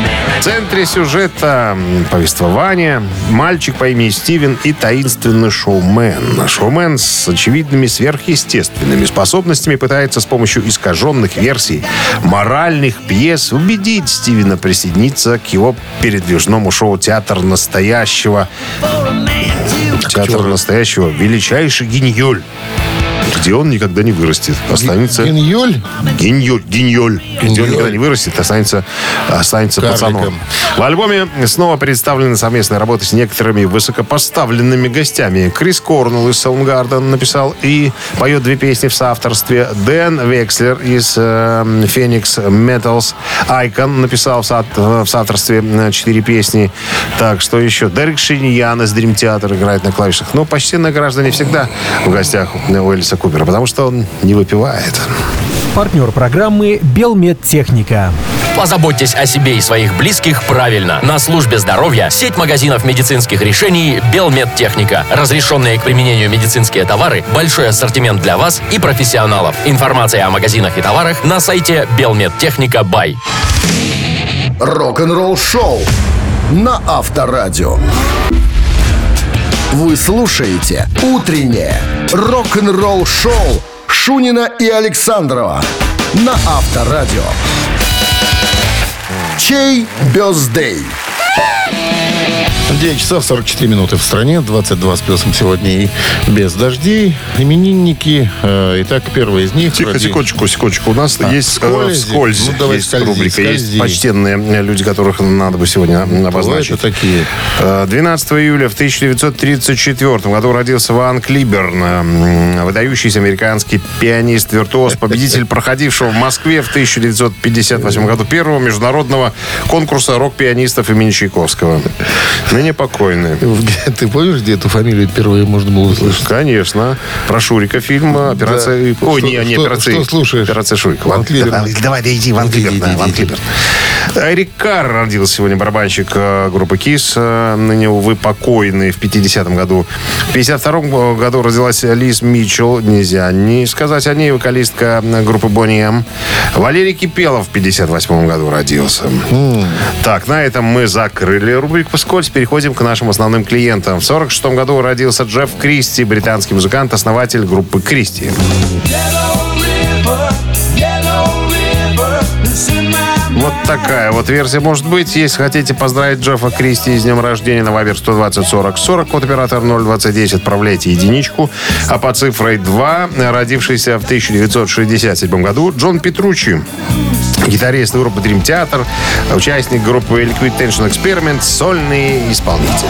центре сюжета повествования мальчик по имени Стивен и таинственный шоумен. Шоумен с очевидными сверхъестественными способностями пытается с помощью искаженных версий моральных пьес убедить Стивена присоединиться к его передвижному шоу «Театр настоящего». Театр настоящего величайший гиньоль, где он никогда не вырастет. Останется... Гиньоль? Гиньоль. Гиньоль. Где он никогда не вырастет, останется, останется пацаном. В альбоме снова представлены совместные работы с некоторыми высокопоставленными гостями. Крис Корнелл из Soundgarden написал и поет две песни в соавторстве. Дэн Векслер из э, Phoenix Metals Icon написал в, со, в соавторстве четыре песни. Так, что еще? Дерек Шиньян из Dream Theater играет на клавишах. Но почтенные граждане всегда в гостях у Элиса Купера, потому что он не выпивает. Партнер программы «Белмедтехника». Позаботьтесь о себе и своих близких правильно. На службе здоровья сеть магазинов медицинских решений «Белмедтехника». Разрешенные к применению медицинские товары, большой ассортимент для вас и профессионалов. Информация о магазинах и товарах на сайте «Белмедтехника Бай». Рок-н-ролл шоу на Авторадио. Вы слушаете «Утреннее рок-н-ролл-шоу» Шунина и Александрова на Авторадио. Чей бёздей? девять часов сорок четыре минуты в стране, двадцать два с плюсом сегодня и без дождей. Именинники. Э, итак, первый из них... Тихо, вроде... секундочку, секундочку. У нас а, есть скользи. вскользь. Ну, давай есть скользи, рубрика. скользи. Есть почтенные люди, которых надо бы сегодня обозначить. Кто это такие? двенадцатого июля в тысяча девятьсот тридцать четвёртом году родился Ван Клиберн, выдающийся американский пианист-виртуоз, победитель проходившего в Москве в тысяча девятьсот пятьдесят восьмом году первого международного конкурса рок-пианистов имени Чайковского. Ныне покойный. Ты помнишь, где эту фамилию впервые можно было услышать? Конечно. Про Шурика фильм «Операция...» Да. Ой, что, не, не что, «Операция...» Что слушаешь? «Операция Шурика». Ван Клиберн. Давай, давай, да иди, Ван Клиберн. Да, Ван Клиберн. Эрик Карр родился сегодня, барабанщик группы Кис, ныне, увы, покойный, в пятидесятом году. В пятьдесят втором году родилась Лиз Митчелл, нельзя не сказать о ней, вокалистка группы Бонни Эм. Валерий Кипелов в пятьдесят восьмом году родился. Mm. Так, на этом мы закрыли рубрику «Вскользь». Переходим к нашим основным клиентам. В сорок шестом году родился Джефф Кристи, британский музыкант, основатель группы Кристи. Вот такая вот версия может быть. Если хотите поздравить Джеффа Кристи с днем рождения, на Вайбер сто двадцать сорок сорок, код оператор ноль двадцать десять, отправляйте единичку. А по цифрой два, родившийся в тысяча девятьсот шестьдесят седьмом году, Джон Петруччи, гитарист группы Dream Theater, участник группы Liquid Tension Experiment, сольный исполнитель.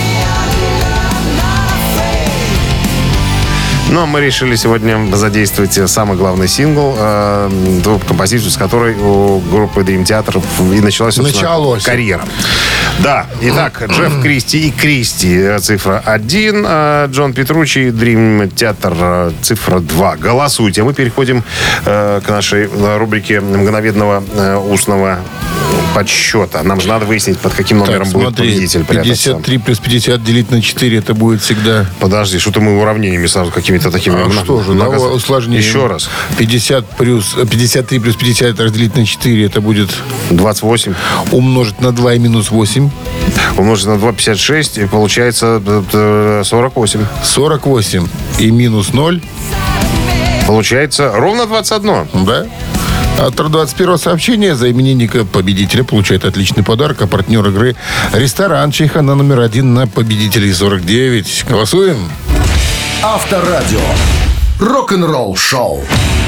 Но мы решили сегодня задействовать самый главный сингл, э, композицию, с которой у группы Dream Theater и началась, Началось. карьера. Да, итак, Джефф Кристи и Кристи, цифра один, а Джон Петруччи, Dream Theater, цифра два. Голосуйте. Мы переходим э, к нашей рубрике мгновенного э, устного подсчета. Нам же надо выяснить, под каким номером так, будет смотри, победитель прятаться. пятьдесят три плюс пятьдесят делить на четыре, это будет всегда... Подожди, что-то мы уравнениями сразу какими-то такими... А много... что же, много... давай усложним. Еще раз. пятьдесят, плюс, пятьдесят три плюс пятьдесят разделить на четыре, это будет... двадцать восемь. Умножить на два и минус восемь. Умножить на два, пятьдесят шесть, и получается сорок восемь. сорок восемь. И минус ноль. Получается ровно двадцать один. Да. Автор двадцать первого сообщения за именинника победителя получает отличный подарок. А партнер игры — ресторан «Чайхана» номер один на победителей сорок девять. Голосуем. Авторадио. Рок-н-ролл шоу.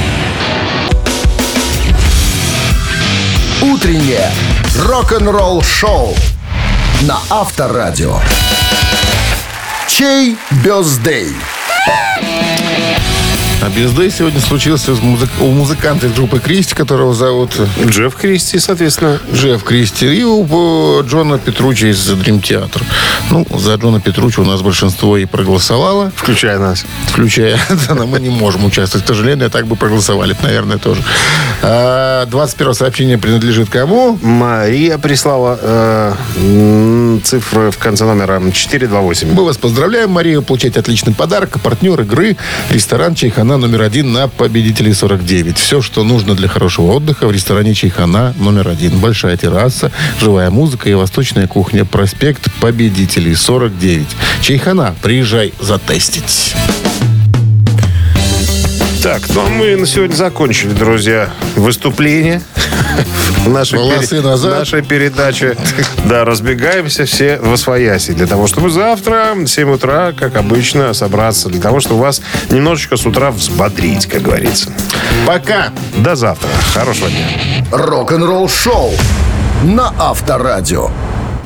Утреннее рок-н-ролл шоу на Авторадио. Чей бёздей? А бездей сегодня случился у музыканта из группы Кристи, которого зовут... Джефф Кристи, соответственно. Джефф Кристи. И у Джона Петруччи из Dream Theater. Ну, за Джона Петруччи у нас большинство и проголосовало. Включая нас. Включая. Но мы не можем участвовать. К сожалению, так бы проголосовали. Наверное, тоже. двадцать первое сообщение принадлежит кому? Мария прислала э, цифры в конце номера четыреста двадцать восемь. Мы вас поздравляем, Мария. Получаете отличный подарок. Партнер игры — ресторан «Чайхана» «Чайхана» номер один на Победителей сорок девять. Все, что нужно для хорошего отдыха в ресторане «Чайхана» номер один. Большая терраса, живая музыка и восточная кухня. Проспект Победителей сорок девять. «Чайхана». Приезжай затестить. Так, ну а мы на сегодня закончили, друзья, выступление в нашей, Волосы пере... назад. нашей передаче. Да, разбегаемся все восвояси. Для того, чтобы завтра в семь утра, как обычно, собраться. Для того, чтобы вас немножечко с утра взбодрить, как говорится. Пока. До завтра. Хорошего дня. Рок-н-ролл шоу на Авторадио.